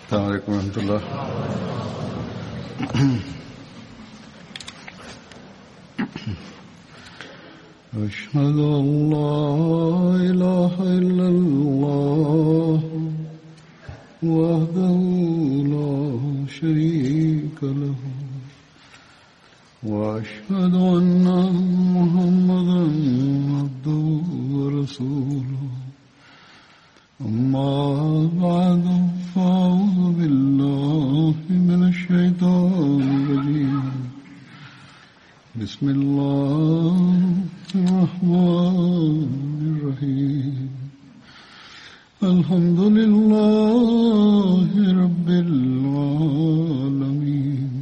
السلام عليكم ورحمة الله. أشهد أن لا إله إلا الله وحده لا شريك له وأشهد أن محمدا عبده ورسوله أما بعد فأعوذ بالله من الشيطان الرجيم بسم الله الرحمن الرحيم الحمد لله رب العالمين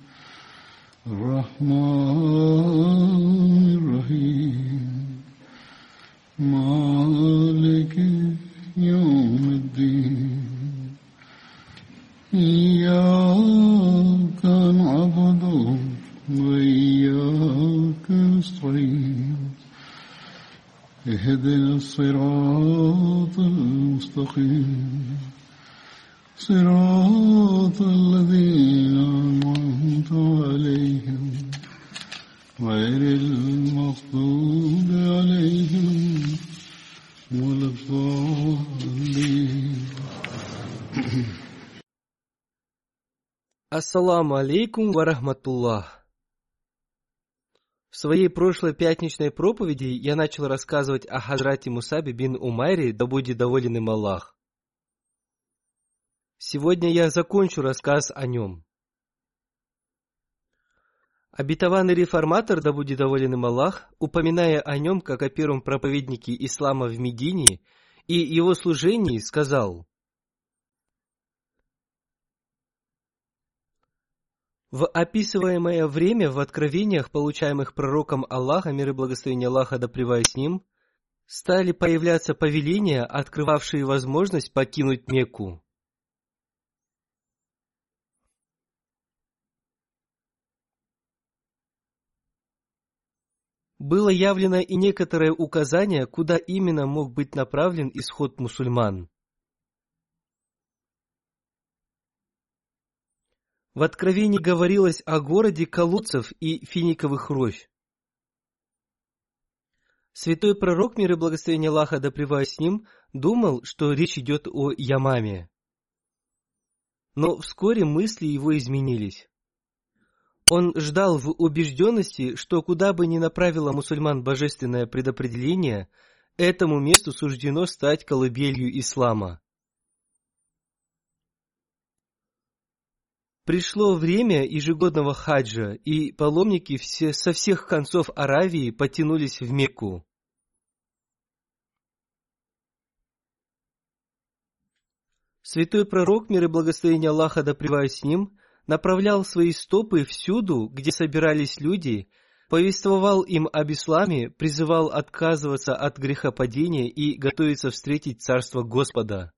الرحمن الرحيم مالك يوم الدين إياك نعبد وإياك نستعين اهدنا الصراط المستقيم صراط الذين أنعمت عليهم غير المغضوب عليهم ولا الضالين. Ассаламу алейкум ва рахматуллах. В своей прошлой пятничной проповеди я начал рассказывать о Хазрате Мусабе бин Умайре, да будет доволен им Аллах. Сегодня я закончу рассказ о нем. Обетованный реформатор, да будет доволен им Аллах, упоминая о нем как о первом проповеднике ислама в Медине и его служении, сказал: в описываемое время в откровениях, получаемых пророком Аллаха, мир и благословение Аллаха да пребывает с ним, стали появляться повеления, открывавшие возможность покинуть Мекку. Было явлено и некоторое указание, куда именно мог быть направлен исход мусульман. В Откровении говорилось о городе колодцев и финиковых рощ. Святой пророк, мир и благословение Аллаха да пребывает с ним, думал, что речь идет о Ямаме. Но вскоре мысли его изменились. Он ждал в убежденности, что куда бы ни направило мусульман божественное предопределение, этому месту суждено стать колыбелью ислама. Пришло время ежегодного хаджа, и паломники со всех концов Аравии потянулись в Мекку. Святой пророк, мир и благословение Аллаха да пребывает с ним, направлял свои стопы всюду, где собирались люди, повествовал им об исламе, призывал отказываться от грехопадения и готовиться встретить царство Господа.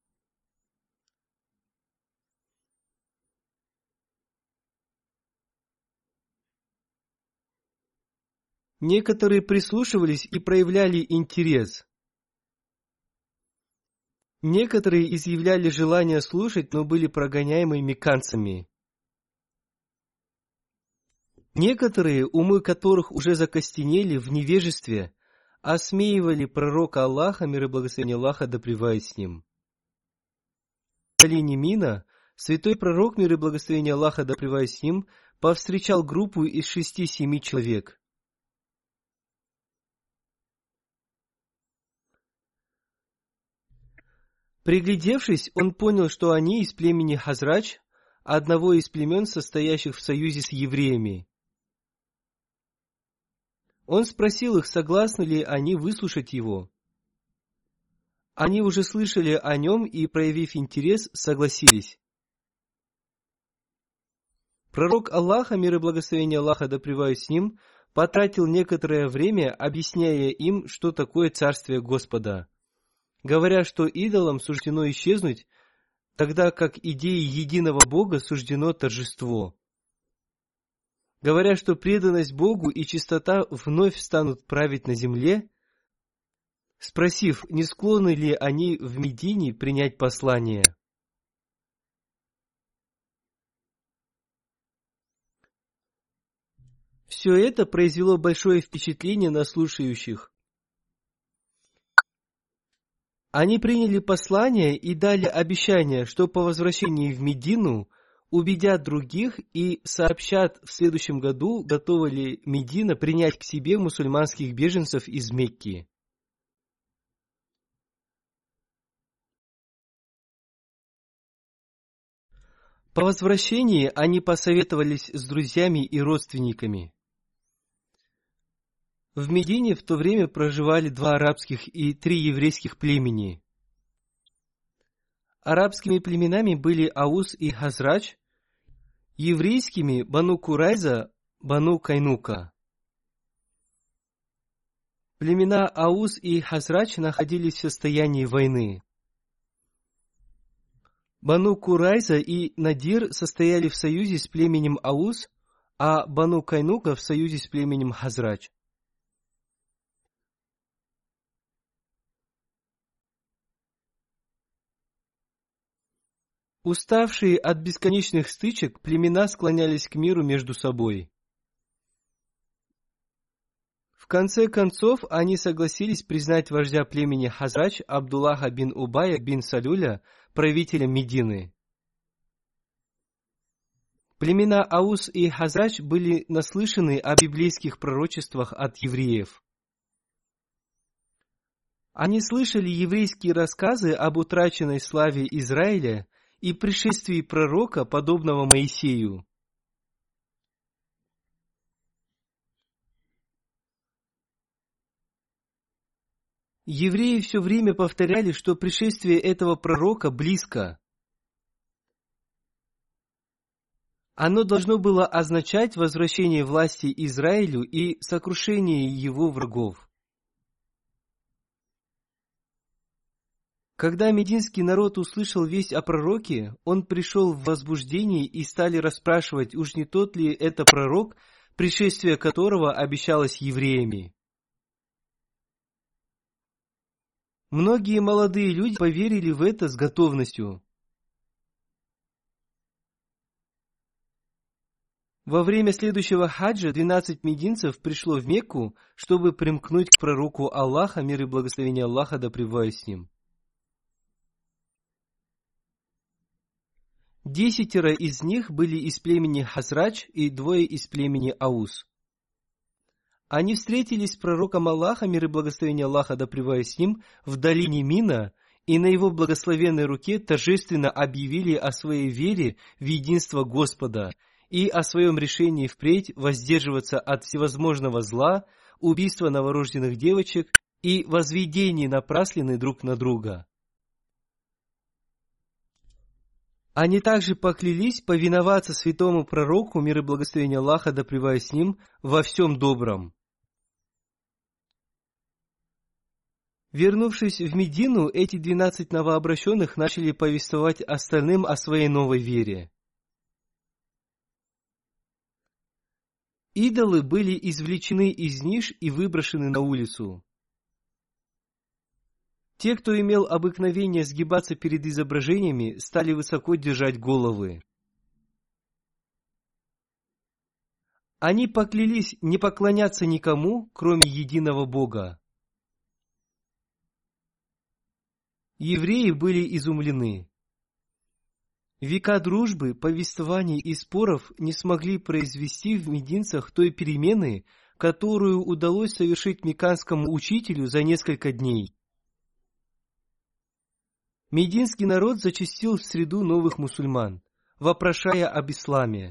Некоторые прислушивались и проявляли интерес. Некоторые изъявляли желание слушать, но были прогоняемы мекканцами. Некоторые, умы которых уже закостенели в невежестве, осмеивали пророка Аллаха, мир и благословение Аллаха да пребывает с ним. В долине Мина святой пророк, мир и благословение Аллаха да пребывает с ним, повстречал группу из 6-7 человек. Приглядевшись, он понял, что они из племени Хазрач, одного из племен, состоящих в союзе с евреями. Он спросил их, согласны ли они выслушать его. Они уже слышали о нем и, проявив интерес, согласились. Пророк Аллаха, мир и благословение Аллаха да пребывает с ним, потратил некоторое время, объясняя им, что такое Царствие Господа, говоря, что идолам суждено исчезнуть, тогда как идее единого Бога суждено торжество. Говоря, что преданность Богу и чистота вновь станут править на земле, спросив, не склонны ли они в Медине принять послание. Все это произвело большое впечатление на слушающих. Они приняли послание и дали обещание, что по возвращении в Медину убедят других и сообщат в следующем году, готова ли Медина принять к себе мусульманских беженцев из Мекки. По возвращении они посоветовались с друзьями и родственниками. В Медине в то время проживали 2 арабских и 3 еврейских племени. Арабскими племенами были Аус и Хазрадж, еврейскими Бану Курайза, Бану Кайнука. Племена Аус и Хазрадж находились в состоянии войны. Бану Курайза и Надир состояли в союзе с племенем Аус, а Бану Кайнука в союзе с племенем Хазрадж. Уставшие от бесконечных стычек, племена склонялись к миру между собой. В конце концов, они согласились признать вождя племени Хазрадж Абдуллаха бин Убая бин Салюля правителем Медины. Племена Аус и Хазрадж были наслышаны о библейских пророчествах от евреев. Они слышали еврейские рассказы об утраченной славе Израиля и пришествии пророка, подобного Моисею. Евреи все время повторяли, что пришествие этого пророка близко. Оно должно было означать возвращение власти Израилю и сокрушение его врагов. Когда мединский народ услышал весть о пророке, он пришел в возбуждение и стали расспрашивать, уж не тот ли это пророк, пришествие которого обещалось евреями. Многие молодые люди поверили в это с готовностью. Во время следующего хаджа 12 мединцев пришло в Мекку, чтобы примкнуть к пророку Аллаха, мир и благословение Аллаха да пребывает с ним. 10 из них были из племени Хазрадж и 2 из племени Аус. Они встретились с пророком Аллаха, мир и благословение Аллаха да пребывает с ним, в долине Мина, и на его благословенной руке торжественно объявили о своей вере в единство Господа и о своем решении впредь воздерживаться от всевозможного зла, убийства новорожденных девочек и возведения напраслины друг на друга. Они также поклялись повиноваться святому пророку, мир и благословение Аллаха да пребывает с ним, во всем добром. Вернувшись в Медину, эти 12 новообращенных начали повествовать остальным о своей новой вере. Идолы были извлечены из ниш и выброшены на улицу. Те, кто имел обыкновение сгибаться перед изображениями, стали высоко держать головы. Они поклялись не поклоняться никому, кроме единого Бога. Евреи были изумлены. Века дружбы, повествований и споров не смогли произвести в мединцах той перемены, которую удалось совершить мекканскому учителю за несколько дней. Мединский народ зачастил в среду новых мусульман, вопрошая об исламе.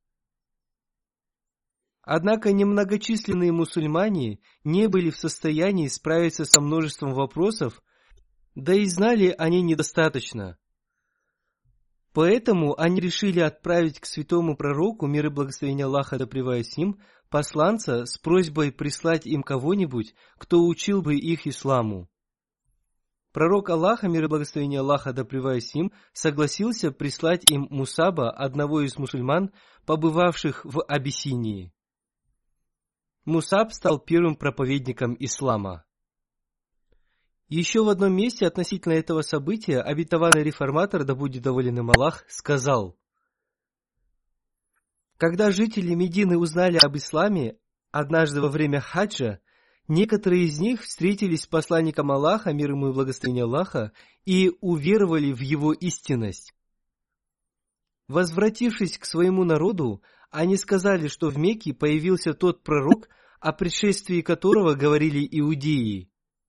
Однако немногочисленные мусульмане не были в состоянии справиться со множеством вопросов, да и знали они недостаточно. Поэтому они решили отправить к святому пророку, мир и благословение Аллаха да пребывает с ним, посланца с просьбой прислать им кого-нибудь, кто учил бы их исламу. Пророк Аллаха, мир и благословение Аллаха да пребывает с ним, согласился прислать им Мусаба, одного из мусульман, побывавших в Абиссинии. Мусаб стал первым проповедником ислама. Еще в одном месте относительно этого события обетованный реформатор, да будет доволен им Аллах, сказал: Когда жители Медины узнали об исламе, однажды во время хаджа, некоторые из них встретились с посланником Аллаха, мир ему и благословение Аллаха, и уверовали в его истинность. Возвратившись к своему народу, они сказали, что в Мекке появился тот пророк, о предшествии которого говорили иудеи.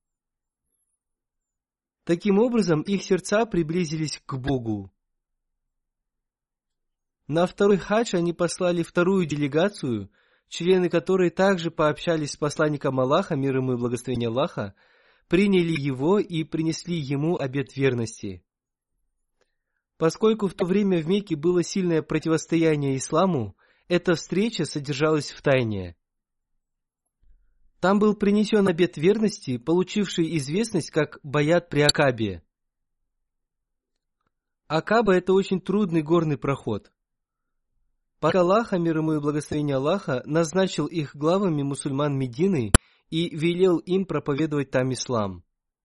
Таким образом, их сердца приблизились к Богу. На второй хадж они послали вторую делегацию, члены которой также пообщались с посланником Аллаха, мир ему и благословение Аллаха, приняли его и принесли ему обет верности. Поскольку в то время в Мекке было сильное противостояние исламу, эта встреча содержалась в тайне. Там был принесен обет верности, получивший известность как Баят при Акабе. Акаба – это очень трудный горный проход. Пока Аллах, мир ему и благословение Аллаха, назначил их главами мусульман Медины и велел им проповедовать там ислам.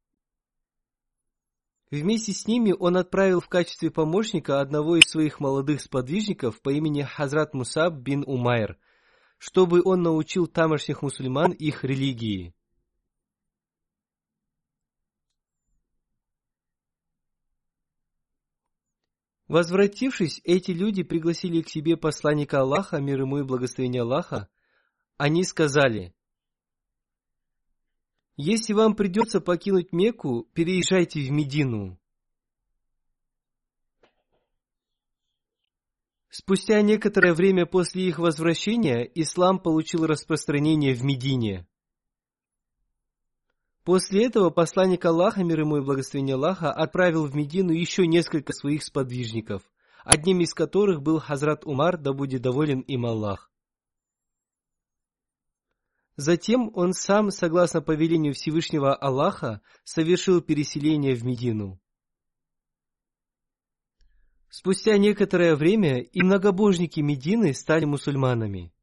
Вместе с ними он отправил в качестве помощника одного из своих молодых сподвижников по имени Хазрат Мусаб бин Умайр, чтобы он научил тамошних мусульман их религии. Возвратившись, эти люди пригласили к себе посланника Аллаха, мир ему и благословение Аллаха. Они сказали: «Если вам придется покинуть Мекку, переезжайте в Медину». Спустя некоторое время после их возвращения ислам получил распространение в Медине. После этого посланник Аллаха, мир ему и благословение Аллаха, отправил в Медину еще несколько своих сподвижников, одним из которых был Хазрат Умар, да будет доволен им Аллах. Затем он сам, согласно повелению Всевышнего Аллаха, совершил переселение в Медину. Спустя некоторое время и многобожники Медины стали мусульманами.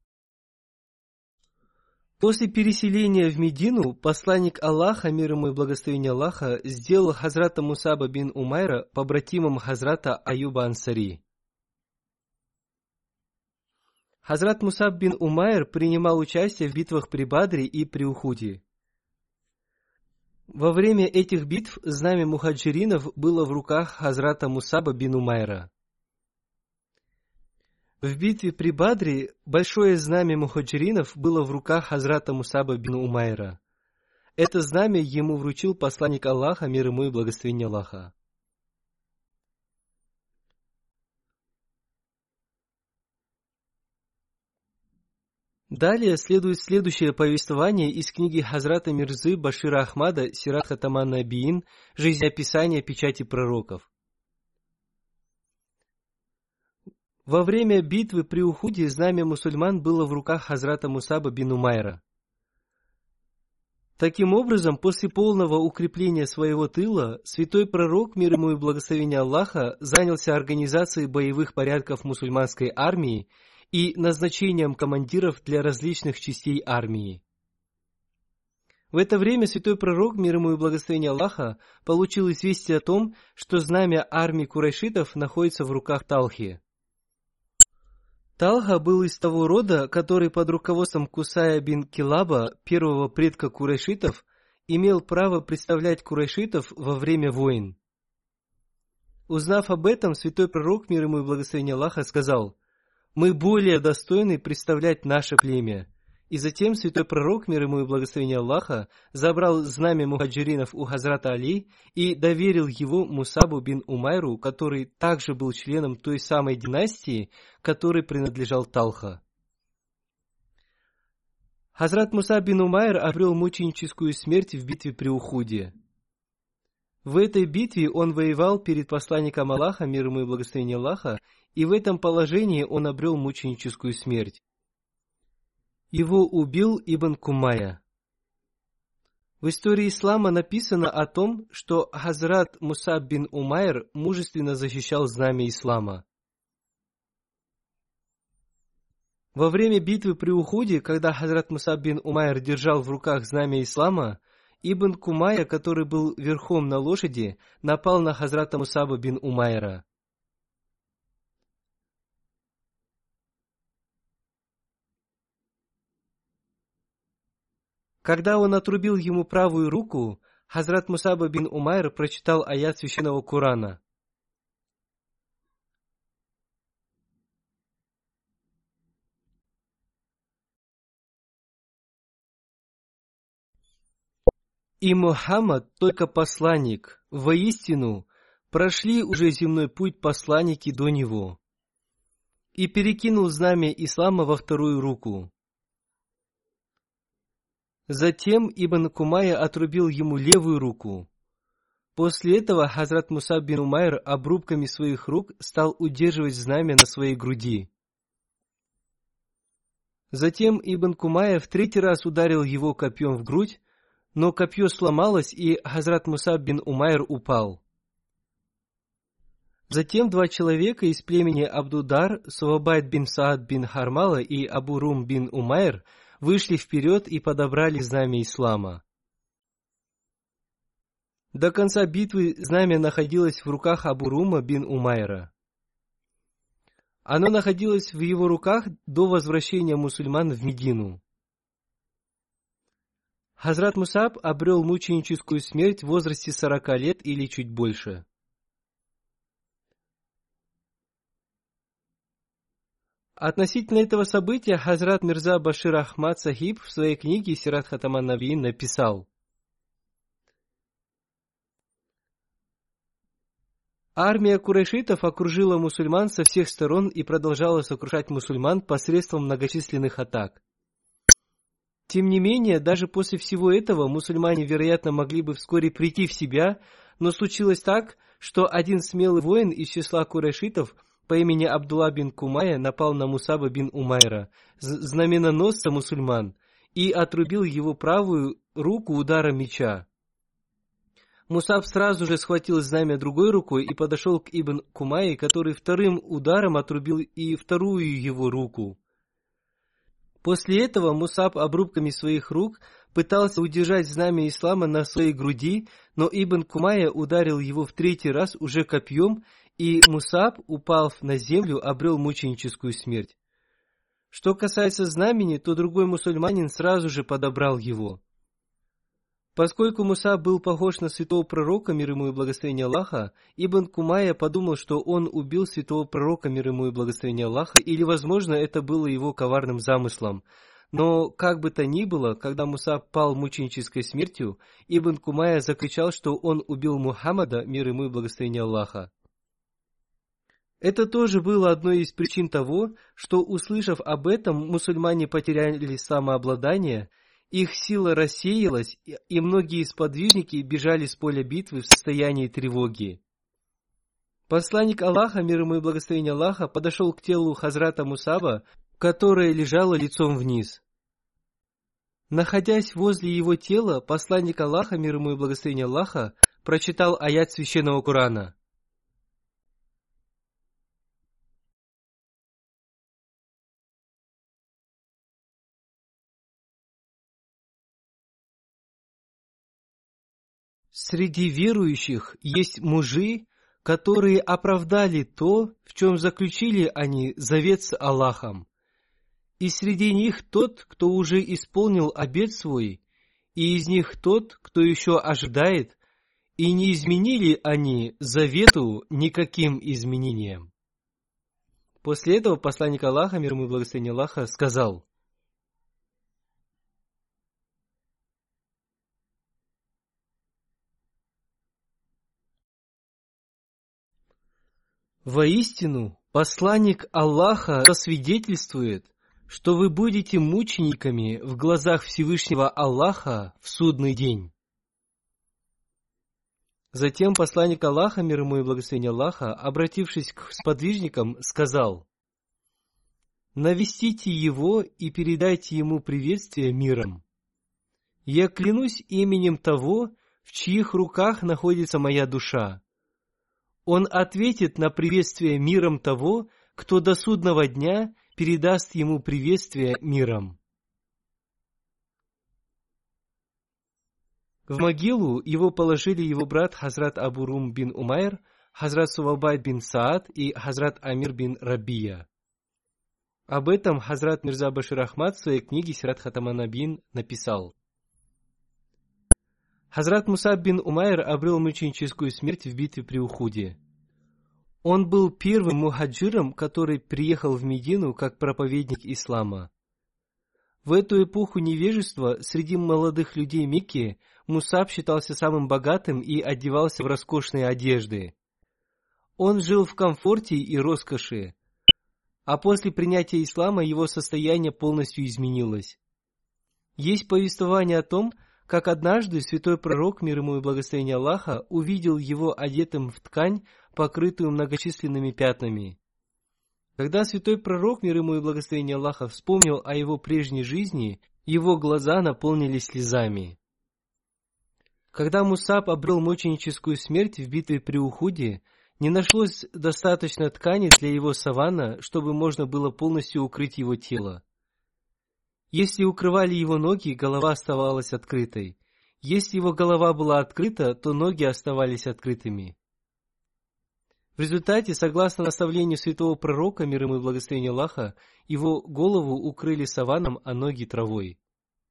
После переселения в Медину посланник Аллаха, мир ему и благословение Аллаха, сделал Хазрата Мусаба бин Умайра побратимом Хазрата Аюба Ансари. Хазрат Мусаб бин Умайр принимал участие в битвах при Бадре и при Ухуде. Во время этих битв знамя мухаджиринов было в руках Хазрата Мусаба бин Умайра. В битве при Бадре большое знамя мухаджиринов было в руках Хазрата Мусаба бин Умайра. Это знамя ему вручил посланник Аллаха, мир ему и благословение Аллаха. Далее следует следующее повествование из книги Хазрата Мирзы Башира Ахмада Сират Хатаман Набиин «Жизнеописание печати пророков». Во время битвы при Ухуде знамя мусульман было в руках Хазрата Мусаба бин Умайра. Таким образом, после полного укрепления своего тыла, святой пророк, мир ему и благословение Аллаха, занялся организацией боевых порядков мусульманской армии и назначением командиров для различных частей армии. В это время святой пророк, мир ему и благословение Аллаха, получил известие о том, что знамя армии курайшитов находится в руках Талхи. Талха был из того рода, который под руководством Кусая бин Килаба, первого предка курайшитов, имел право представлять курайшитов во время войн. Узнав об этом, святой пророк, мир ему и благословение Аллаха, сказал: «Мы более достойны представлять наше племя». И затем святой пророк, мир ему и благословение Аллаха, забрал знамя мухаджиринов у Хазрата Али и доверил его Мусабу бин Умайру, который также был членом той самой династии, которой принадлежал Талха. Хазрат Мусаб бин Умайр обрел мученическую смерть в битве при Ухуде. В этой битве он воевал перед посланником Аллаха, мир ему и благословение Аллаха, и в этом положении он обрел мученическую смерть. Его убил Ибн Кумая. В истории ислама написано о том, что Хазрат Мусаб бин Умайр мужественно защищал знамя ислама. Во время битвы при Ухуде, когда Хазрат Мусаб бин Умайр держал в руках знамя ислама, Ибн Кумая, который был верхом на лошади, напал на Хазрата Мусаба бин Умайра. Когда он отрубил ему правую руку, Хазрат Мусаб бин Умайр прочитал аят священного Корана. И Мухаммад только посланник, воистину, прошли уже земной путь посланники до него. И перекинул знамя ислама во вторую руку. Затем Ибн Кумая отрубил ему левую руку. После этого Хазрат Мусаб бин Умайр обрубками своих рук стал удерживать знамя на своей груди. Затем Ибн Кумая в третий раз ударил его копьем в грудь, но копье сломалось, и Хазрат Мусаб бин Умайр упал. Затем два человека из племени Абдудар, Сувабайт бин Саад бин Хармала и Абу Рум бин Умайр, вышли вперед и подобрали знамя ислама. До конца битвы знамя находилось в руках Абу Рума бин Умайра. Оно находилось в его руках до возвращения мусульман в Медину. Хазрат Мусаб обрел мученическую смерть в возрасте 40 лет или чуть больше. Относительно этого события Хазрат Мирза Башир Ахмад Сахиб в своей книге Сират Хатаман Навиин написал: армия курайшитов окружила мусульман со всех сторон и продолжала сокрушать мусульман посредством многочисленных атак. Тем не менее, даже после всего этого мусульмане, вероятно, могли бы вскоре прийти в себя, но случилось так, что один смелый воин из числа курайшитов по имени Абдулла бин Кумая напал на Мусаба бин Умайра, знаменоносца мусульман, и отрубил его правую руку ударом меча. Мусаб сразу же схватил знамя другой рукой и подошел к Ибн Кумае, который вторым ударом отрубил и вторую его руку. После этого Мусаб обрубками своих рук пытался удержать знамя ислама на своей груди, но Ибн Кумая ударил его в третий раз уже копьем, и Мусаб, упав на землю, обрел мученическую смерть. Что касается знамени, то другой мусульманин сразу же подобрал его. Поскольку Мусаб был похож на святого пророка, мир ему и благословение Аллаха, Ибн Кумая подумал, что он убил святого пророка, мир ему и благословение Аллаха, или, возможно, это было его коварным замыслом. Но, как бы то ни было, когда Мусаб пал мученической смертью, Ибн Кумая закричал, что он убил Мухаммада, мир ему и благословение Аллаха. Это тоже было одной из причин того, что, услышав об этом, мусульмане потеряли самообладание, их сила рассеялась, и многие сподвижники бежали с поля битвы в состоянии тревоги. Посланник Аллаха, мир ему и благословение Аллаха, подошел к телу Хазрата Мусаба, которое лежало лицом вниз. Находясь возле его тела, посланник Аллаха, мир ему и благословение Аллаха, прочитал аят священного Корана. Среди верующих есть мужи, которые оправдали то, в чем заключили они завет с Аллахом. И среди них тот, кто уже исполнил обет свой, и из них тот, кто еще ожидает, и не изменили они завету никаким изменением. После этого посланник Аллаха, мир ему и благословение Аллаха, сказал: воистину, посланник Аллаха засвидетельствует, что вы будете мучениками в глазах Всевышнего Аллаха в судный день. Затем посланник Аллаха, мир ему и благословение Аллаха, обратившись к сподвижникам, сказал: навестите его и передайте ему приветствие миром. Я клянусь именем того, в чьих руках находится моя душа. Он ответит на приветствие миром того, кто до судного дня передаст ему приветствие миром. В могилу его положили его брат Хазрат Абу Рум бин Умайр, Хазрат Сувабайт бин Саад и Хазрат Амир бин Рабия. Об этом Хазрат Мирза Башир Ахмад в своей книге Сират Хатаман Навиин написал: Хазрат Мусаб бин Умайр обрел мученическую смерть в битве при Ухуде. Он был первым мухаджиром, который приехал в Медину как проповедник ислама. В эту эпоху невежества среди молодых людей Мекки Мусаб считался самым богатым и одевался в роскошные одежды. Он жил в комфорте и роскоши, а после принятия ислама его состояние полностью изменилось. Есть повествование о том, как однажды святой пророк, мир ему и благословение Аллаха, увидел его одетым в ткань, покрытую многочисленными пятнами. Когда святой пророк, мир ему и благословение Аллаха, вспомнил о его прежней жизни, его глаза наполнились слезами. Когда Мусаб обрел мученическую смерть в битве при Ухуде, не нашлось достаточно ткани для его савана, чтобы можно было полностью укрыть его тело. Если укрывали его ноги, голова оставалась открытой. Если его голова была открыта, то ноги оставались открытыми. В результате, согласно наставлению святого пророка, мир ему и благословение Аллаха, его голову укрыли саваном, а ноги травой.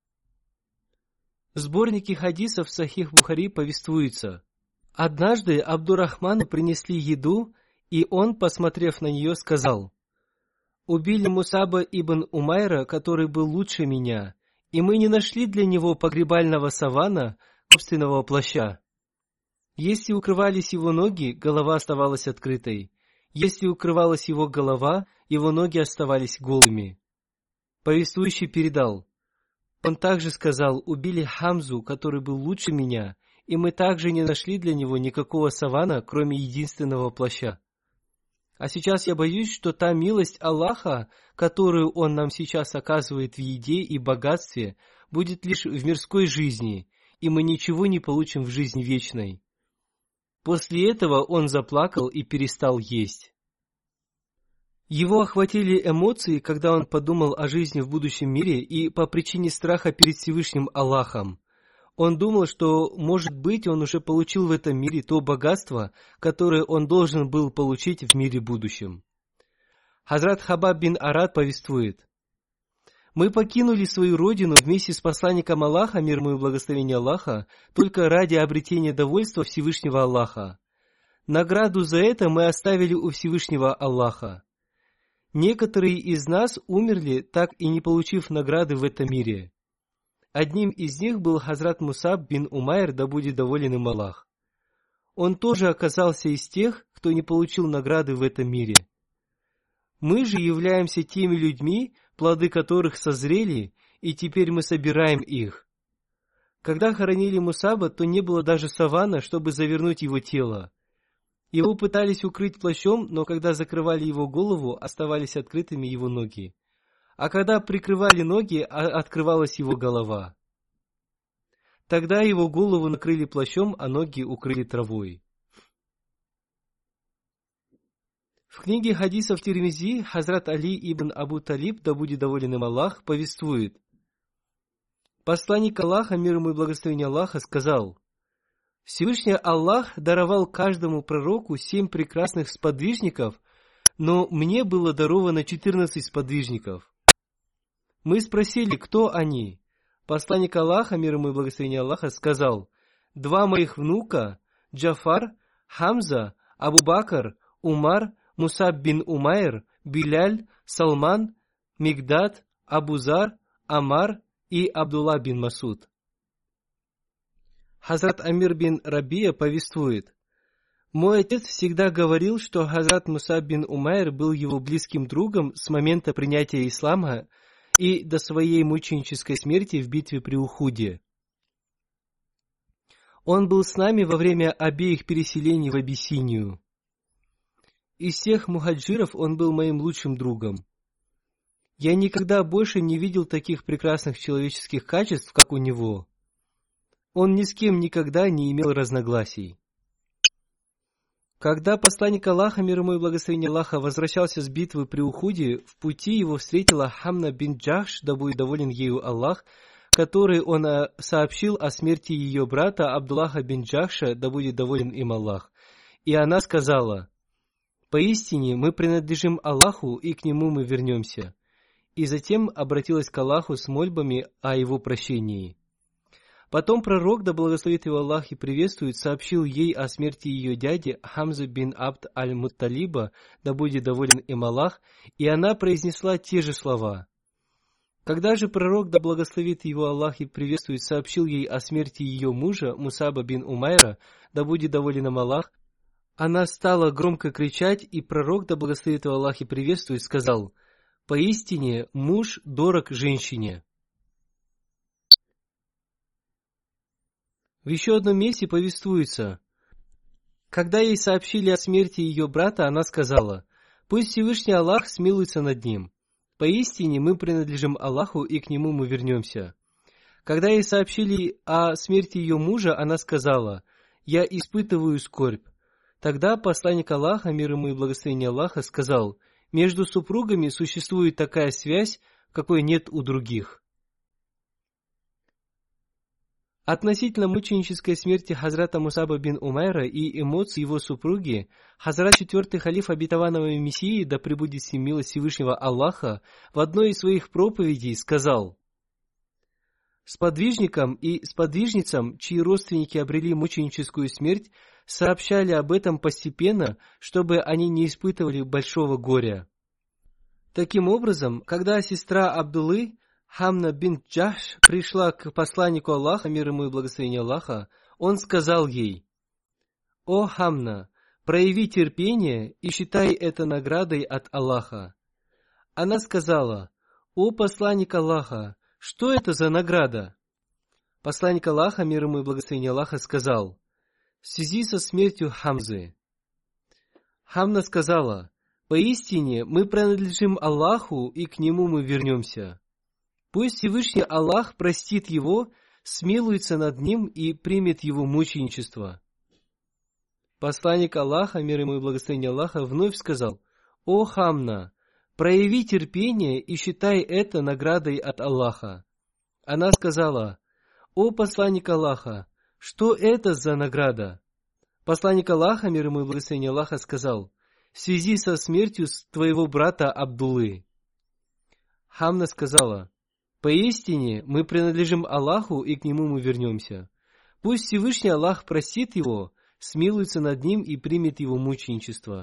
В сборнике хадисов Сахих Бухари повествуется: однажды Абдурахману принесли еду, и он, посмотрев на нее, сказал: «Убили Мусаба ибн Умайра, который был лучше меня, и мы не нашли для него погребального савана, собственного плаща. Если укрывались его ноги, голова оставалась открытой. Если укрывалась его голова, его ноги оставались голыми». Повествующий передал: он также сказал: «Убили Хамзу, который был лучше меня, и мы также не нашли для него никакого савана, кроме единственного плаща. А сейчас я боюсь, что та милость Аллаха, которую Он нам сейчас оказывает в еде и богатстве, будет лишь в мирской жизни, и мы ничего не получим в жизни вечной». После этого он заплакал и перестал есть. Его охватили эмоции, когда он подумал о жизни в будущем мире и по причине страха перед Всевышним Аллахом. Он думал, что, может быть, он уже получил в этом мире то богатство, которое он должен был получить в мире будущем. Хазрат Хабаб бин Арад повествует: «Мы покинули свою родину вместе с посланником Аллаха, мир ему и благословение Аллаха, только ради обретения довольства Всевышнего Аллаха. Награду за это мы оставили у Всевышнего Аллаха. Некоторые из нас умерли, так и не получив награды в этом мире. Одним из них был Хазрат Мусаб бин Умайр, да будет доволен им Аллах. Он тоже оказался из тех, кто не получил награды в этом мире. Мы же являемся теми людьми, плоды которых созрели, и теперь мы собираем их. Когда хоронили Мусаба, то не было даже савана, чтобы завернуть его тело. Его пытались укрыть плащом, но когда закрывали его голову, оставались открытыми его ноги. А когда прикрывали ноги, открывалась его голова. Тогда его голову накрыли плащом, а ноги укрыли травой». В книге хадисов Тирмизи Хазрат Али ибн Абу Талиб, да будет доволен им Аллах, повествует: посланник Аллаха, мир ему и благословение Аллаха, сказал: «Всевышний Аллах даровал каждому пророку 7 прекрасных сподвижников, но мне было даровано 14 сподвижников». Мы спросили, кто они. Посланник Аллаха, мир ему и благословение Аллаха, сказал: 2 моих внука, Джафар, Хамза, Абу Бакр, Умар, Мусаб бин Умайр, Биляль, Салман, Мигдад, Абузар, Амар и Абдулла бин Масуд. Хазрат Амир бин Рабия повествует: «Мой отец всегда говорил, что Хазрат Мусаб бин Умайр был его близким другом с момента принятия ислама и до своей мученической смерти в битве при Ухуде. Он был с нами во время обеих переселений в Абиссинию. Из всех мухаджиров он был моим лучшим другом. Я никогда больше не видел таких прекрасных человеческих качеств, как у него. Он ни с кем никогда не имел разногласий». Когда посланник Аллаха, мир ему и благословение Аллаха, возвращался с битвы при Ухуде, в пути его встретила Хамна бин Джахш, да будет доволен ею Аллах, который он сообщил о смерти ее брата Абдуллаха бин Джахша, да будет доволен им Аллах. И она сказала: «Поистине мы принадлежим Аллаху, и к Нему мы вернемся». И затем обратилась к Аллаху с мольбами о Его прощении. Потом пророк, да благословит его Аллах и приветствует, сообщил ей о смерти ее дяди Хамзы бин Абд аль-Мутталиба, да будет доволен им Аллах, и она произнесла те же слова. Когда же пророк, да благословит его Аллах и приветствует, сообщил ей о смерти ее мужа Мусаба бин Умайра, да будет доволен им Аллах, она стала громко кричать, и пророк, да благословит его Аллах и приветствует, сказал: «Поистине муж дорог женщине». В еще одном месте повествуется: когда ей сообщили о смерти ее брата, она сказала: «Пусть Всевышний Аллах смилуется над ним. Поистине мы принадлежим Аллаху, и к нему мы вернемся». Когда ей сообщили о смерти ее мужа, она сказала: «Я испытываю скорбь». Тогда посланник Аллаха, мир ему и благословение Аллаха, сказал: «Между супругами существует такая связь, какой нет у других». Относительно мученической смерти Хазрата Мусаба бин Умайра и эмоций его супруги, Хазрат четвертый халиф обетованного Мессии, да пребудет с ним милость Всевышнего Аллаха, в одной из своих проповедей сказал: «Сподвижникам и сподвижницам, чьи родственники обрели мученическую смерть, сообщали об этом постепенно, чтобы они не испытывали большого горя». Таким образом, когда сестра Абдуллы, Хамна бин Джахш, пришла к посланнику Аллаха, мир ему и благословение Аллаха, он сказал ей: «О Хамна, прояви терпение и считай это наградой от Аллаха». Она сказала: «О посланник Аллаха, что это за награда?» Посланник Аллаха, мир ему и благословение Аллаха, сказал: «В связи со смертью Хамзы». Хамна сказала: «Поистине мы принадлежим Аллаху, и к нему мы вернемся. Пусть Всевышний Аллах простит его, смилуется над ним и примет его мученичество». Посланник Аллаха, мир ему и благословение Аллаха, вновь сказал: «О Хамна, прояви терпение и считай это наградой от Аллаха». Она сказала: «О посланник Аллаха, что это за награда?» Посланник Аллаха, мир ему и благословение Аллаха, сказал: «В связи со смертью твоего брата Абдуллы». Хамна сказала: «Поистине мы принадлежим Аллаху, и к нему мы вернемся. Пусть Всевышний Аллах простит его, смилуется над ним и примет его мученичество».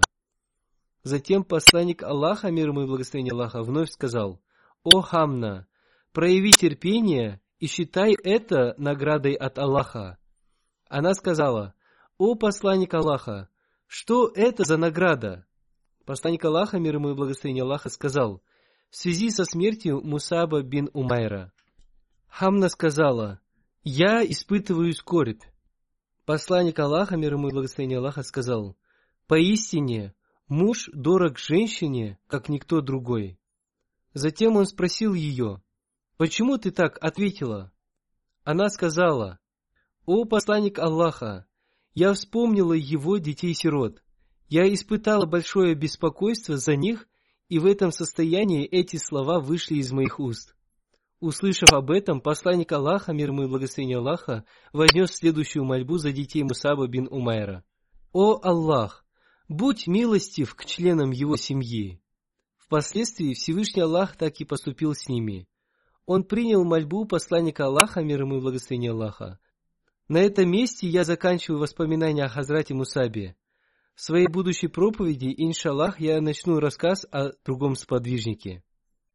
Затем посланник Аллаха, мир ему и благословение Аллаха, вновь сказал: «О Хамна, прояви терпение и считай это наградой от Аллаха». Она сказала: «О посланник Аллаха, что это за награда?» Посланник Аллаха, мир ему и благословение Аллаха, сказал: «В связи со смертью Мусаба бин Умайра». Хамна сказала: «Я испытываю скорбь». Посланник Аллаха, мир ему и благословение Аллаха, сказал: «Поистине муж дорог женщине, как никто другой». Затем он спросил ее: «Почему ты так ответила?» Она сказала: «О посланник Аллаха, я вспомнила его детей-сирот. Я испытала большое беспокойство за них, и в этом состоянии эти слова вышли из моих уст». Услышав об этом, посланник Аллаха, мир ему и благословение Аллаха, вознес следующую мольбу за детей Мусаба бин Умайра: «О Аллах, будь милостив к членам его семьи». Впоследствии Всевышний Аллах так и поступил с ними. Он принял мольбу посланника Аллаха, мир ему и благословение Аллаха. На этом месте я заканчиваю воспоминания о Хазрате Мусабе. В своей будущей проповеди, иншаллах, я начну рассказ о другом сподвижнике.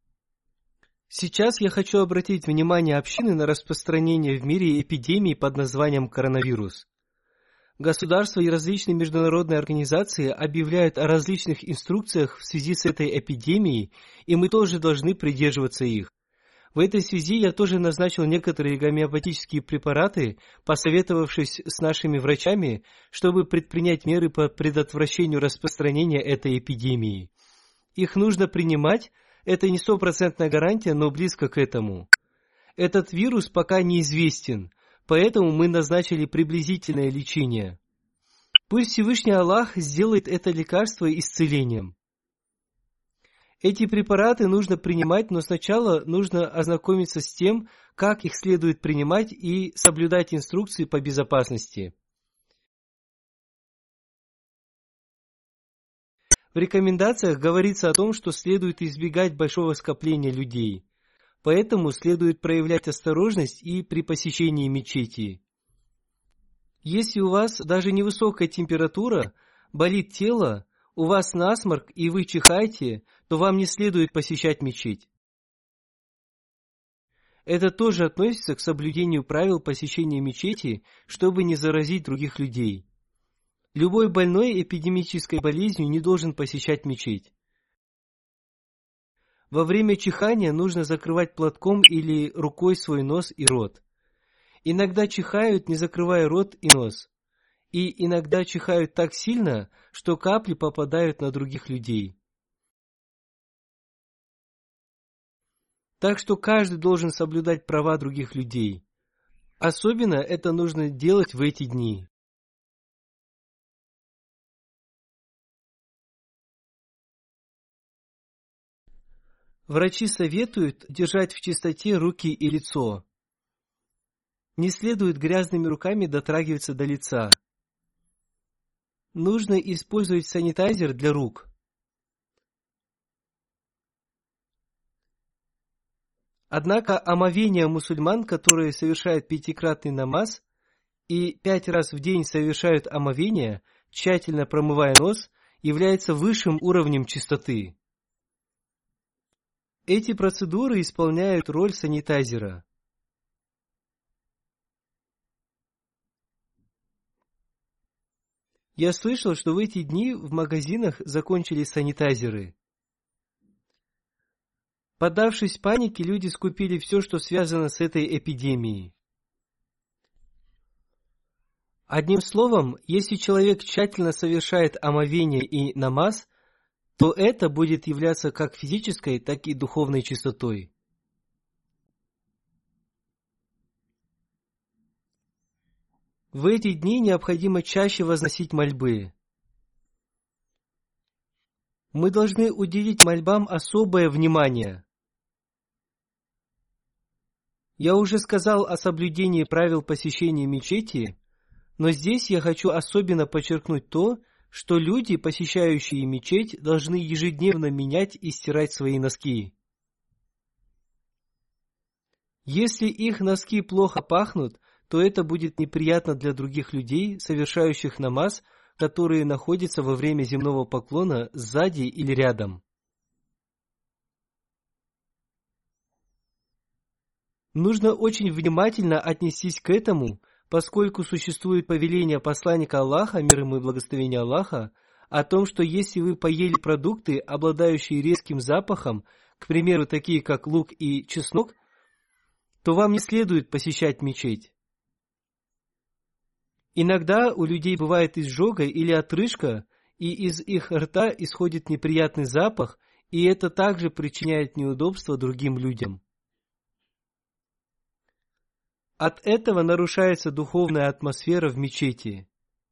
Сейчас я хочу обратить внимание общины на распространение в мире эпидемии под названием коронавирус. Государства и различные международные организации объявляют о различных инструкциях в связи с этой эпидемией, и мы тоже должны придерживаться их. В этой связи я тоже назначил некоторые гомеопатические препараты, посоветовавшись с нашими врачами, чтобы предпринять меры по предотвращению распространения этой эпидемии. Их нужно принимать, это не 100% гарантия, но близко к этому. Этот вирус пока неизвестен, поэтому мы назначили приблизительное лечение. Пусть Всевышний Аллах сделает это лекарство исцелением. Эти препараты нужно принимать, но сначала нужно ознакомиться с тем, как их следует принимать и соблюдать инструкции по безопасности. В рекомендациях говорится о том, что следует избегать большого скопления людей. Поэтому следует проявлять осторожность и при посещении мечети. Если у вас даже невысокая температура, болит тело, у вас насморк и вы чихаете, то вам не следует посещать мечеть. Это тоже относится к соблюдению правил посещения мечети, чтобы не заразить других людей. Любой больной эпидемической болезнью не должен посещать мечеть. Во время чихания нужно закрывать платком или рукой свой нос и рот. Иногда чихают, не закрывая рот и нос. И иногда чихают так сильно, что капли попадают на других людей. Так что каждый должен соблюдать права других людей. Особенно это нужно делать в эти дни. Врачи советуют держать в чистоте руки и лицо. Не следует грязными руками дотрагиваться до лица. Нужно использовать санитайзер для рук. Однако омовение мусульман, которые совершают 5-кратный намаз и 5 раз в день совершают омовение, тщательно промывая нос, является высшим уровнем чистоты. Эти процедуры исполняют роль санитайзера. Я слышал, что в эти дни в магазинах закончились санитайзеры. Поддавшись панике, люди скупили все, что связано с этой эпидемией. Одним словом, если человек тщательно совершает омовение и намаз, то это будет являться как физической, так и духовной чистотой. В эти дни необходимо чаще возносить мольбы. Мы должны уделить мольбам особое внимание. Я уже сказал о соблюдении правил посещения мечети, но здесь я хочу особенно подчеркнуть то, что люди, посещающие мечеть, должны ежедневно менять и стирать свои носки. Если их носки плохо пахнут, то это будет неприятно для других людей, совершающих намаз, которые находятся во время земного поклона сзади или рядом. Нужно очень внимательно отнестись к этому, поскольку существует повеление посланника Аллаха, мир ему и благословение Аллаха, о том, что если вы поели продукты, обладающие резким запахом, к примеру, такие как лук и чеснок, то вам не следует посещать мечеть. Иногда у людей бывает изжога или отрыжка, и из их рта исходит неприятный запах, и это также причиняет неудобства другим людям. От этого нарушается духовная атмосфера в мечети.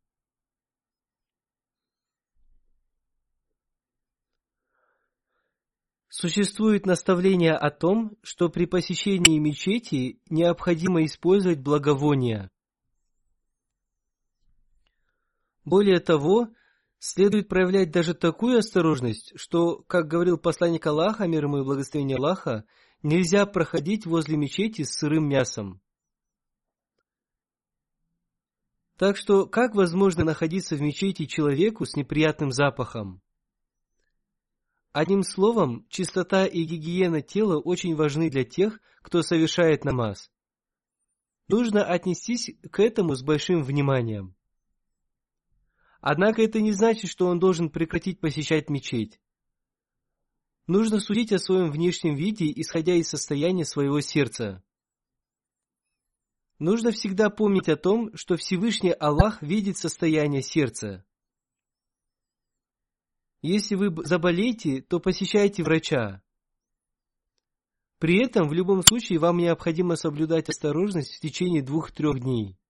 Существует наставление о том, что при посещении мечети необходимо использовать благовония. Более того, следует проявлять даже такую осторожность, что, как говорил посланник Аллаха, мир ему и благословение Аллаха, нельзя проходить возле мечети с сырым мясом. Так что, как возможно находиться в мечети человеку с неприятным запахом? Одним словом, чистота и гигиена тела очень важны для тех, кто совершает намаз. Нужно отнестись к этому с большим вниманием. Однако это не значит, что он должен прекратить посещать мечеть. Нужно судить о своем внешнем виде, исходя из состояния своего сердца. Нужно всегда помнить о том, что Всевышний Аллах видит состояние сердца. Если вы заболеете, то посещайте врача. При этом в любом случае вам необходимо соблюдать осторожность в течение 2-3 дней.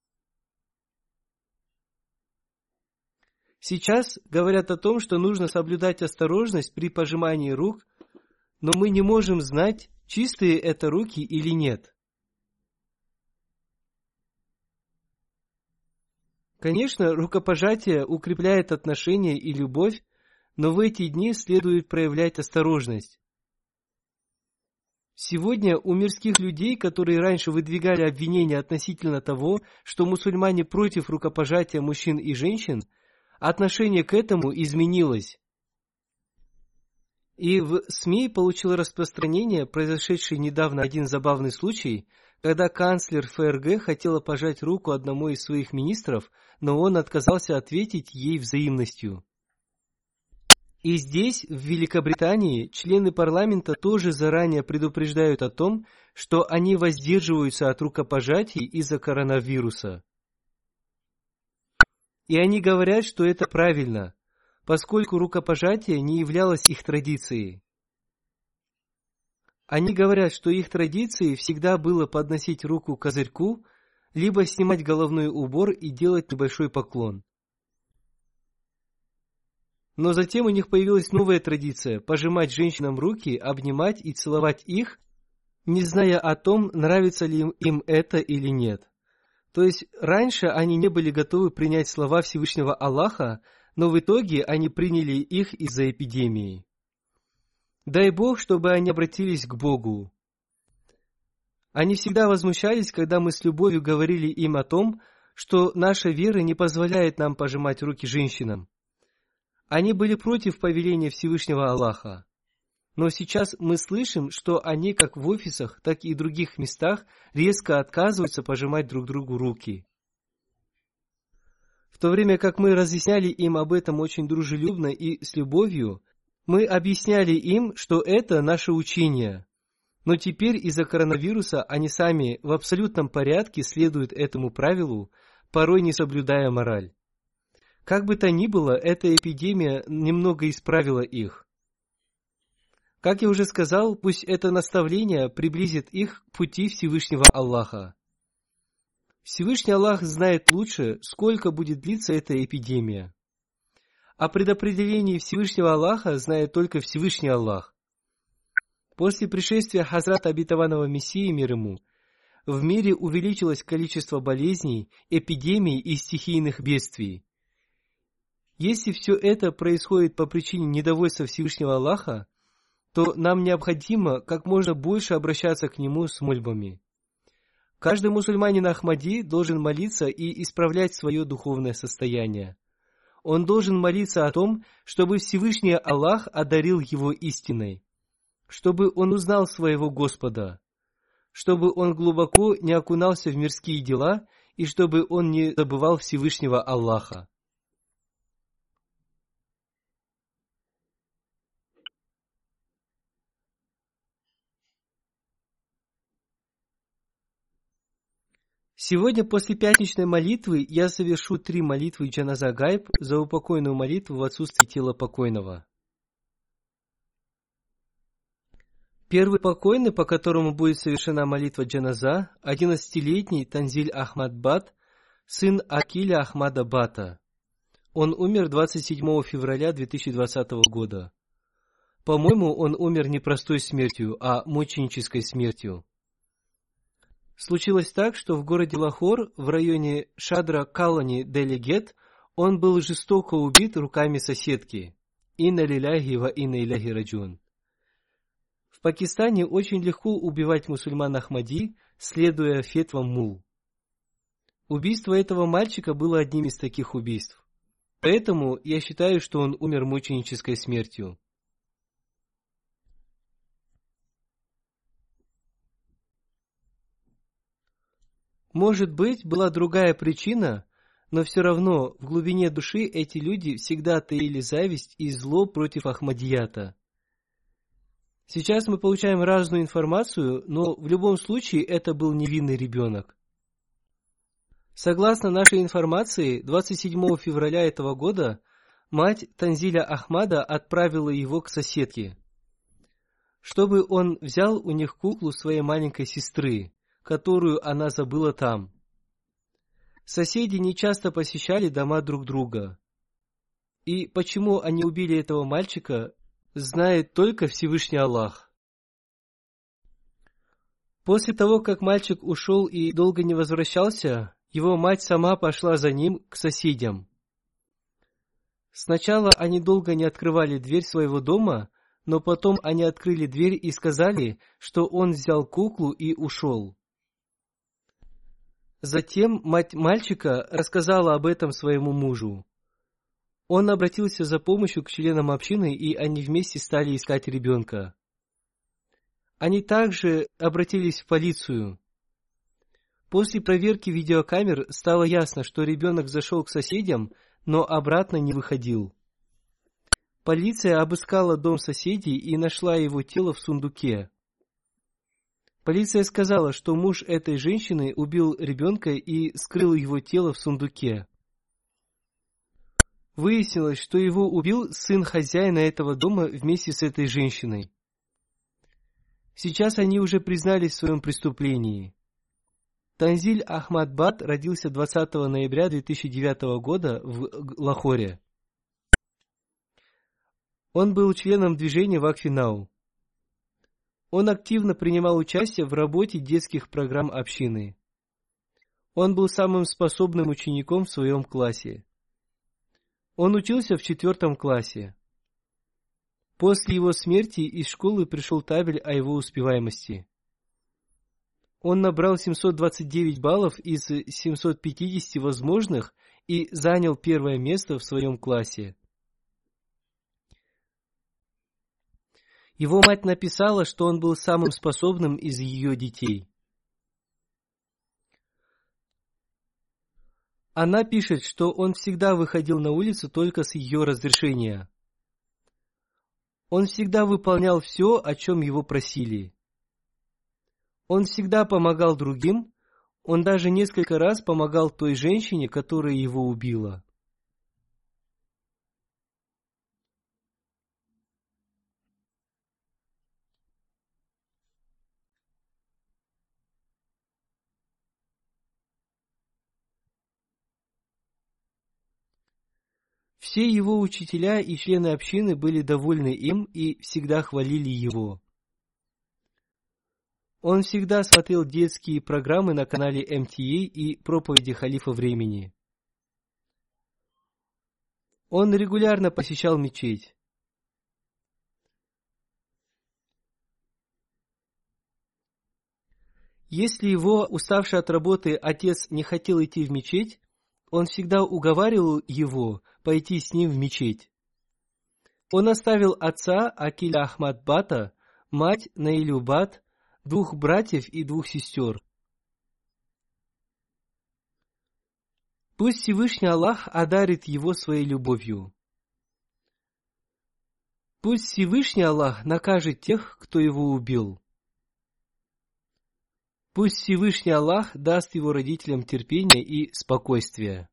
Сейчас говорят о том, что нужно соблюдать осторожность при пожимании рук, но мы не можем знать, чистые это руки или нет. Конечно, рукопожатие укрепляет отношения и любовь, но в эти дни следует проявлять осторожность. Сегодня у мирских людей, которые раньше выдвигали обвинения относительно того, что мусульмане против рукопожатия мужчин и женщин, отношение к этому изменилось. И в СМИ получил распространение произошедший недавно один забавный случай, когда канцлер ФРГ хотела пожать руку одному из своих министров, но он отказался ответить ей взаимностью. И здесь, в Великобритании, члены парламента тоже заранее предупреждают о том, что они воздерживаются от рукопожатий из-за коронавируса. И они говорят, что это правильно, поскольку рукопожатие не являлось их традицией. Они говорят, что их традицией всегда было подносить руку к козырьку, либо снимать головной убор и делать небольшой поклон. Но затем у них появилась новая традиция – пожимать женщинам руки, обнимать и целовать их, не зная о том, нравится ли им это или нет. То есть раньше они не были готовы принять слова Всевышнего Аллаха, но в итоге они приняли их из-за эпидемии. Дай Бог, чтобы они обратились к Богу. Они всегда возмущались, когда мы с любовью говорили им о том, что наша вера не позволяет нам пожимать руки женщинам. Они были против повеления Всевышнего Аллаха. Но сейчас мы слышим, что они как в офисах, так и в других местах резко отказываются пожимать друг другу руки. В то время как мы разъясняли им об этом очень дружелюбно и с любовью, мы объясняли им, что это наше учение. Но теперь из-за коронавируса они сами в абсолютном порядке следуют этому правилу, порой не соблюдая мораль. Как бы то ни было, эта эпидемия немного исправила их. Как я уже сказал, пусть это наставление приблизит их к пути Всевышнего Аллаха. Всевышний Аллах знает лучше, сколько будет длиться эта эпидемия. О предопределении Всевышнего Аллаха знает только Всевышний Аллах. После пришествия Хазрата обетованного Мессии, мир ему, в мире увеличилось количество болезней, эпидемий и стихийных бедствий. Если все это происходит по причине недовольства Всевышнего Аллаха, то нам необходимо как можно больше обращаться к Нему с мольбами. Каждый мусульманин Ахмади должен молиться и исправлять свое духовное состояние. Он должен молиться о том, чтобы Всевышний Аллах одарил его истиной, чтобы он узнал своего Господа, чтобы он глубоко не окунался в мирские дела и чтобы он не забывал Всевышнего Аллаха. Сегодня после пятничной молитвы я совершу 3 молитвы Джаназа Гайб за упокойную молитву в отсутствии тела покойного. Первый покойный, по которому будет совершена молитва Джаназа, 11-летний Танзиль Ахмад Бат, сын Акиля Ахмада Бата. Он умер 27 февраля 2020 года. По-моему, он умер не простой смертью, а мученической смертью. Случилось так, что в городе Лахор, в районе Шадра Калани Делигет, он был жестоко убит руками соседки. Инна лиляхи ва инна иляхи раджун. В Пакистане очень легко убивать мусульман Ахмади, следуя фетвам мул. Убийство этого мальчика было одним из таких убийств. Поэтому я считаю, что он умер мученической смертью. Может быть, была другая причина, но все равно в глубине души эти люди всегда таили зависть и зло против Ахмадията. Сейчас мы получаем разную информацию, но в любом случае это был невинный ребенок. Согласно нашей информации, 27 февраля этого года мать Танзиля Ахмада отправила его к соседке, чтобы он взял у них куклу своей маленькой сестры, которую она забыла там. Соседи нечасто посещали дома друг друга. И почему они убили этого мальчика, знает только Всевышний Аллах. После того, как мальчик ушел и долго не возвращался, его мать сама пошла за ним к соседям. Сначала они долго не открывали дверь своего дома, но потом они открыли дверь и сказали, что он взял куклу и ушел. Затем мать мальчика рассказала об этом своему мужу. Он обратился за помощью к членам общины, и они вместе стали искать ребенка. Они также обратились в полицию. После проверки видеокамер стало ясно, что ребенок зашел к соседям, но обратно не выходил. Полиция обыскала дом соседей и нашла его тело в сундуке. Полиция сказала, что муж этой женщины убил ребенка и скрыл его тело в сундуке. Выяснилось, что его убил сын хозяина этого дома вместе с этой женщиной. Сейчас они уже признались в своем преступлении. Танзиль Ахмад Бат родился 20 ноября 2009 года в Лахоре. Он был членом движения Вакфинау. Он активно принимал участие в работе детских программ общины. Он был самым способным учеником в своем классе. Он учился в 4 классе. После его смерти из школы пришел табель о его успеваемости. Он набрал 729 баллов из 750 возможных и занял первое место в своем классе. Его мать написала, что он был самым способным из ее детей. Она пишет, что он всегда выходил на улицу только с ее разрешения. Он всегда выполнял все, о чем его просили. Он всегда помогал другим, он даже несколько раз помогал той женщине, которая его убила. Все его учителя и члены общины были довольны им и всегда хвалили его. Он всегда смотрел детские программы на канале МТА и проповеди халифа времени. Он регулярно посещал мечеть. Если его, уставший от работы, отец не хотел идти в мечеть, он всегда уговаривал его пойти с ним в мечеть. Он оставил отца Акиля Ахмад Бата, мать Наилю Бат, 2 братьев и 2 сестер. Пусть Всевышний Аллах одарит его своей любовью. Пусть Всевышний Аллах накажет тех, кто его убил. Пусть Всевышний Аллах даст его родителям терпение и спокойствие.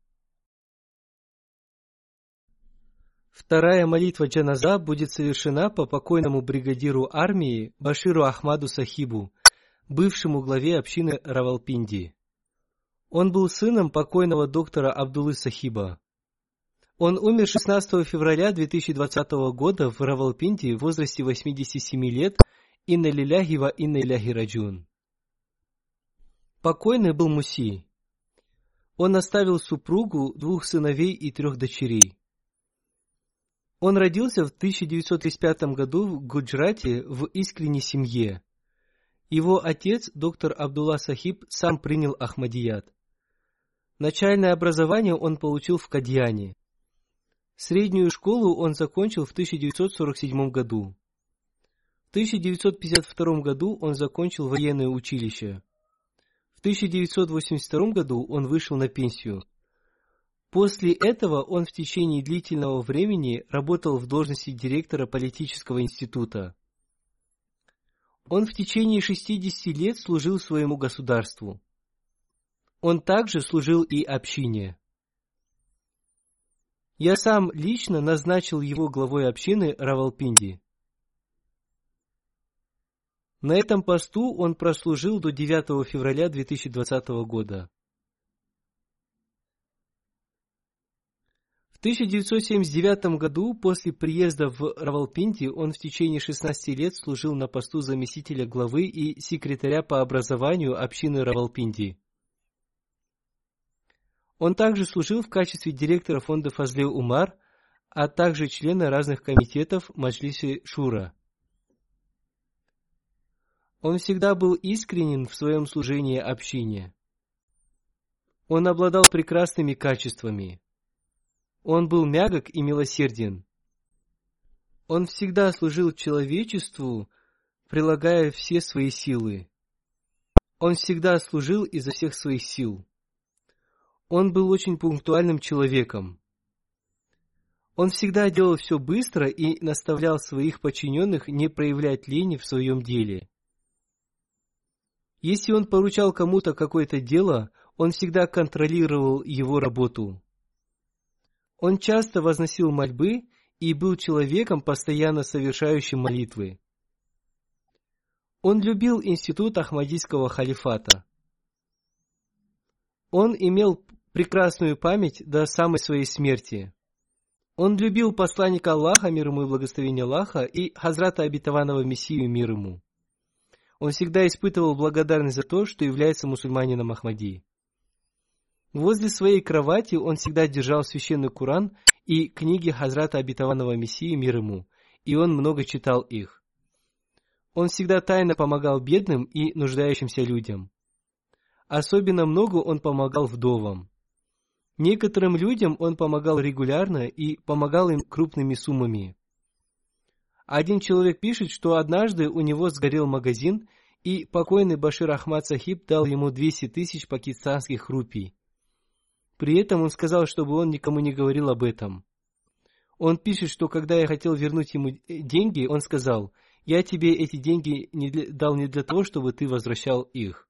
Вторая молитва джаназа будет совершена по покойному бригадиру армии Баширу Ахмаду Сахибу, бывшему главе общины Равалпинди. Он был сыном покойного доктора Абдуллы Сахиба. Он умер 16 февраля 2020 года в Равалпинди в возрасте 87 лет. Инна лиляхи ва инна иляхи раджун. Покойный был муси. Он оставил супругу, 2 сыновей и 3 дочерей. Он родился в 1935 году в Гуджрате в искренней семье. Его отец, доктор Абдулла Сахиб, сам принял Ахмадият. Начальное образование он получил в Кадьяне. Среднюю школу он закончил в 1947 году. В 1952 году он закончил военное училище. В 1982 году он вышел на пенсию. После этого он в течение длительного времени работал в должности директора политического института. Он в течение 60 лет служил своему государству. Он также служил и общине. Я сам лично назначил его главой общины Равалпинди. На этом посту он прослужил до 9 февраля 2020 года. В 1979 году, после приезда в Равалпинди, он в течение 16 лет служил на посту заместителя главы и секретаря по образованию общины Равалпинди. Он также служил в качестве директора фонда Фазле Умар, а также члены разных комитетов Маджлиси Шура. Он всегда был искренен в своем служении общине. Он обладал прекрасными качествами. Он был мягок и милосерден. Он всегда служил человечеству, прилагая все свои силы. Он всегда служил изо всех своих сил. Он был очень пунктуальным человеком. Он всегда делал все быстро и наставлял своих подчиненных не проявлять лени в своем деле. Если он поручал кому-то какое-то дело, он всегда контролировал его работу. Он часто возносил мольбы и был человеком, постоянно совершающим молитвы. Он любил институт Ахмадийского халифата. Он имел прекрасную память до самой своей смерти. Он любил посланника Аллаха, мир ему и благословение Аллаха, и Хазрата обетованного Мессию, мир ему. Он всегда испытывал благодарность за то, что является мусульманином Ахмади. Возле своей кровати он всегда держал священный Коран и книги Хазрата обетованного Мессии, мир ему, и он много читал их. Он всегда тайно помогал бедным и нуждающимся людям. Особенно много он помогал вдовам. Некоторым людям он помогал регулярно и помогал им крупными суммами. Один человек пишет, что однажды у него сгорел магазин, и покойный Башир Ахмад Сахиб дал ему 200 тысяч пакистанских рупий. При этом он сказал, чтобы он никому не говорил об этом. Он пишет, что когда я хотел вернуть ему деньги, он сказал: «Я тебе эти деньги дал не для того, чтобы ты возвращал их».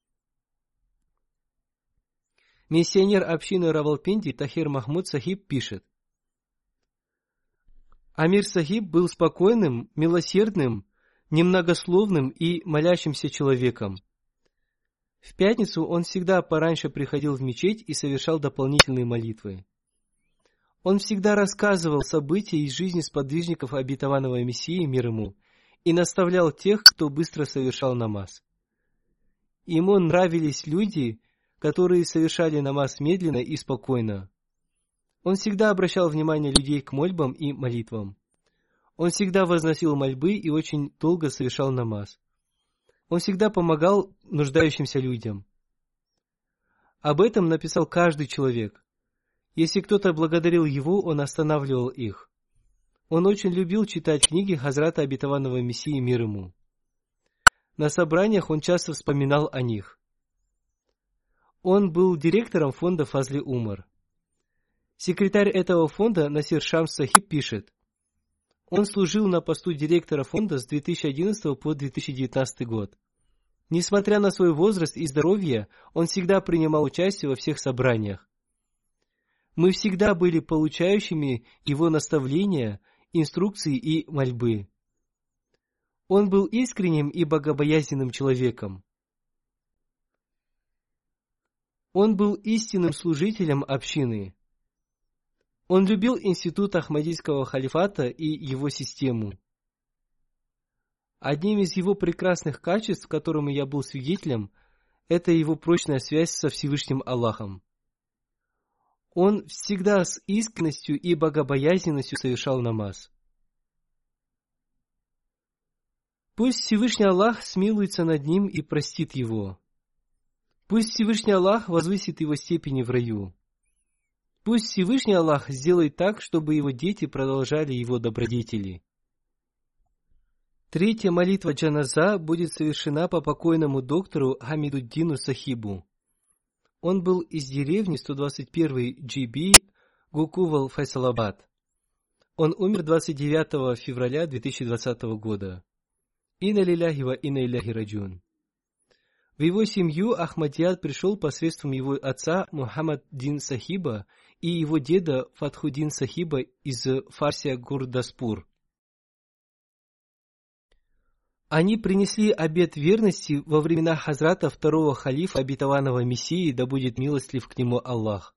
Миссионер общины Равалпинди Тахир Махмуд Сахиб пишет: Амир Сахиб был спокойным, милосердным, немногословным и молящимся человеком. В пятницу он всегда пораньше приходил в мечеть и совершал дополнительные молитвы. Он всегда рассказывал события из жизни сподвижников обетованного Мессии, мир ему, и наставлял тех, кто быстро совершал намаз. Ему нравились люди, которые совершали намаз медленно и спокойно. Он всегда обращал внимание людей к мольбам и молитвам. Он всегда возносил мольбы и очень долго совершал намаз. Он всегда помогал нуждающимся людям. Об этом написал каждый человек. Если кто-то благодарил его, он останавливал их. Он очень любил читать книги Хазрата обетованного Мессии, мир ему. На собраниях он часто вспоминал о них. Он был директором фонда Фазли Умар. Секретарь этого фонда Насир Шамс Сахиб пишет: он служил на посту директора фонда с 2011 по 2019 год. Несмотря на свой возраст и здоровье, он всегда принимал участие во всех собраниях. Мы всегда были получающими его наставления, инструкции и мольбы. Он был искренним и богобоязненным человеком. Он был истинным служителем общины. Он любил институт Ахмадийского халифата и его систему. Одним из его прекрасных качеств, которому я был свидетелем, это его прочная связь со Всевышним Аллахом. Он всегда с искренностью и богобоязненностью совершал намаз. Пусть Всевышний Аллах смилуется над ним и простит его. Пусть Всевышний Аллах возвысит его степени в раю. Пусть Всевышний Аллах сделает так, чтобы его дети продолжали его добродетели. Третья молитва джаназа будет совершена по покойному доктору Хамидуддину Сахибу. Он был из деревни 121 GB, Гукувал, Файсалабад. Он умер 29 февраля 2020 года. Инна лилляхи ва инна иляйхи раджиун. В его семью Ахмадият пришел посредством его отца Мухаммад Дин Сахиба и его деда Фатхуддин Сахиба из Фарсия Гурдаспур. Они принесли обет верности во времена Хазрата второго халифа обетованного Мессии, да будет милостлив к нему Аллах.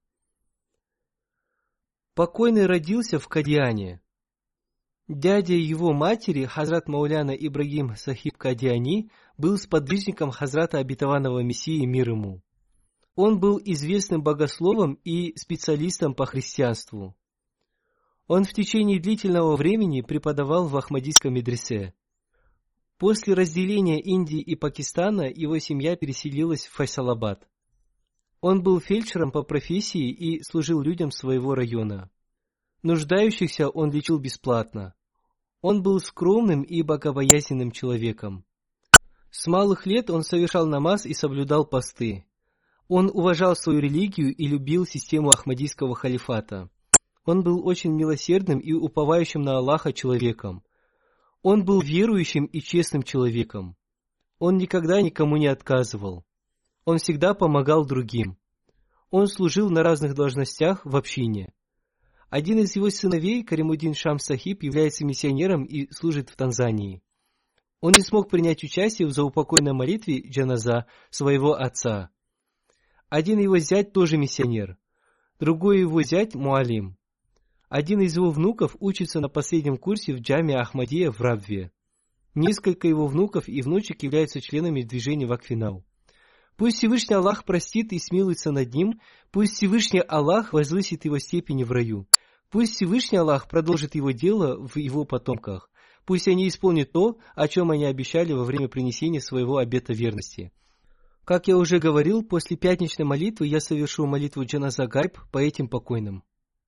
Покойный родился в Кадиане. Дядя его матери, Хазрат Мауляна Ибрагим Сахиб Кадиани, был сподвижником Хазрата обетованного Мессии, мир ему. Он был известным богословом и специалистом по христианству. Он в течение длительного времени преподавал в Ахмадийском медресе. После разделения Индии и Пакистана его семья переселилась в Файсалабад. Он был фельдшером по профессии и служил людям своего района. Нуждающихся он лечил бесплатно. Он был скромным и богобоязненным человеком. С малых лет он совершал намаз и соблюдал посты. Он уважал свою религию и любил систему Ахмадийского халифата. Он был очень милосердным и уповающим на Аллаха человеком. Он был верующим и честным человеком. Он никогда никому не отказывал. Он всегда помогал другим. Он служил на разных должностях в общине. Один из его сыновей, Каримуддин Шамс Сахиб, является миссионером и служит в Танзании. Он не смог принять участие в заупокойной молитве джаназа своего отца. Один его зять тоже миссионер, другой его зять муалим. Один из его внуков учится на последнем курсе в джаме Ахмадия в Рабве. Несколько его внуков и внучек являются членами движения Вакфинау. Пусть Всевышний Аллах простит и смилуется над ним, пусть Всевышний Аллах возвысит его степени в раю, пусть Всевышний Аллах продолжит его дело в его потомках, пусть они исполнят то, о чем они обещали во время принесения своего обета верности. Как я уже говорил, после пятничной молитвы я совершу молитву джаназа гайб по этим покойным.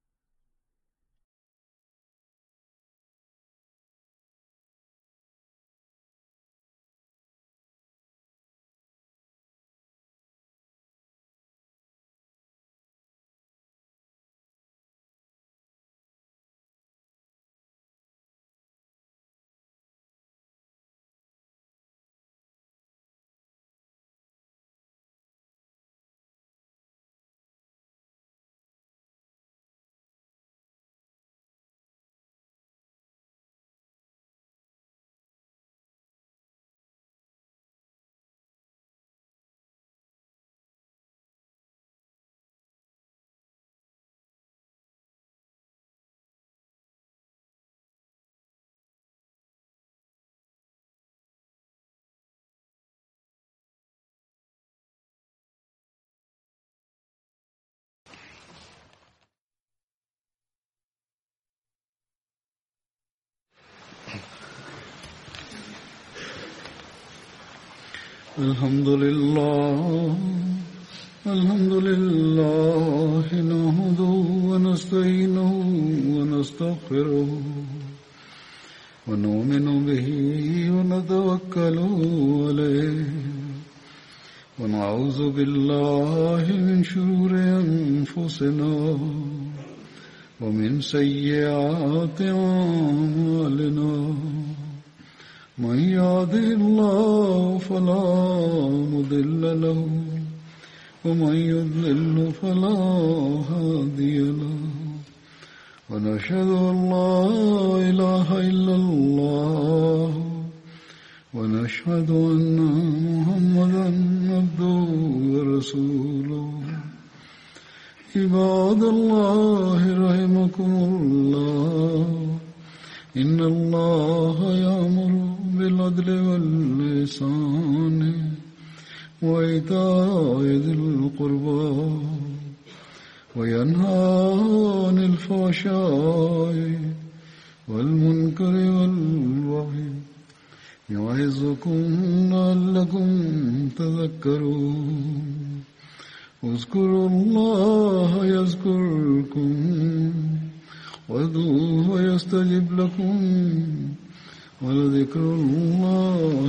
الحمد لله نحمده ونستعينه ونستغفره ونؤمن به ونتوكل عليه ونعوذ بالله من شرور أنفسنا ومن سيئات أعمالنا من يهده الله فلا مضل له ومن يضلل فلا هادي له ونشهد أن لا إله إلا الله ونشهد أن محمدا عبده ورسوله عباد الله رحمكم الله إن الله يأمر بالعدل والإحسان وإيتاء ذي القربى وينهى عن الفحشاء والمنكر والبغي يعظكم لعلكم تذكرون اذكروا الله يذكركم وادعوه يستجب لكم ولذكر الله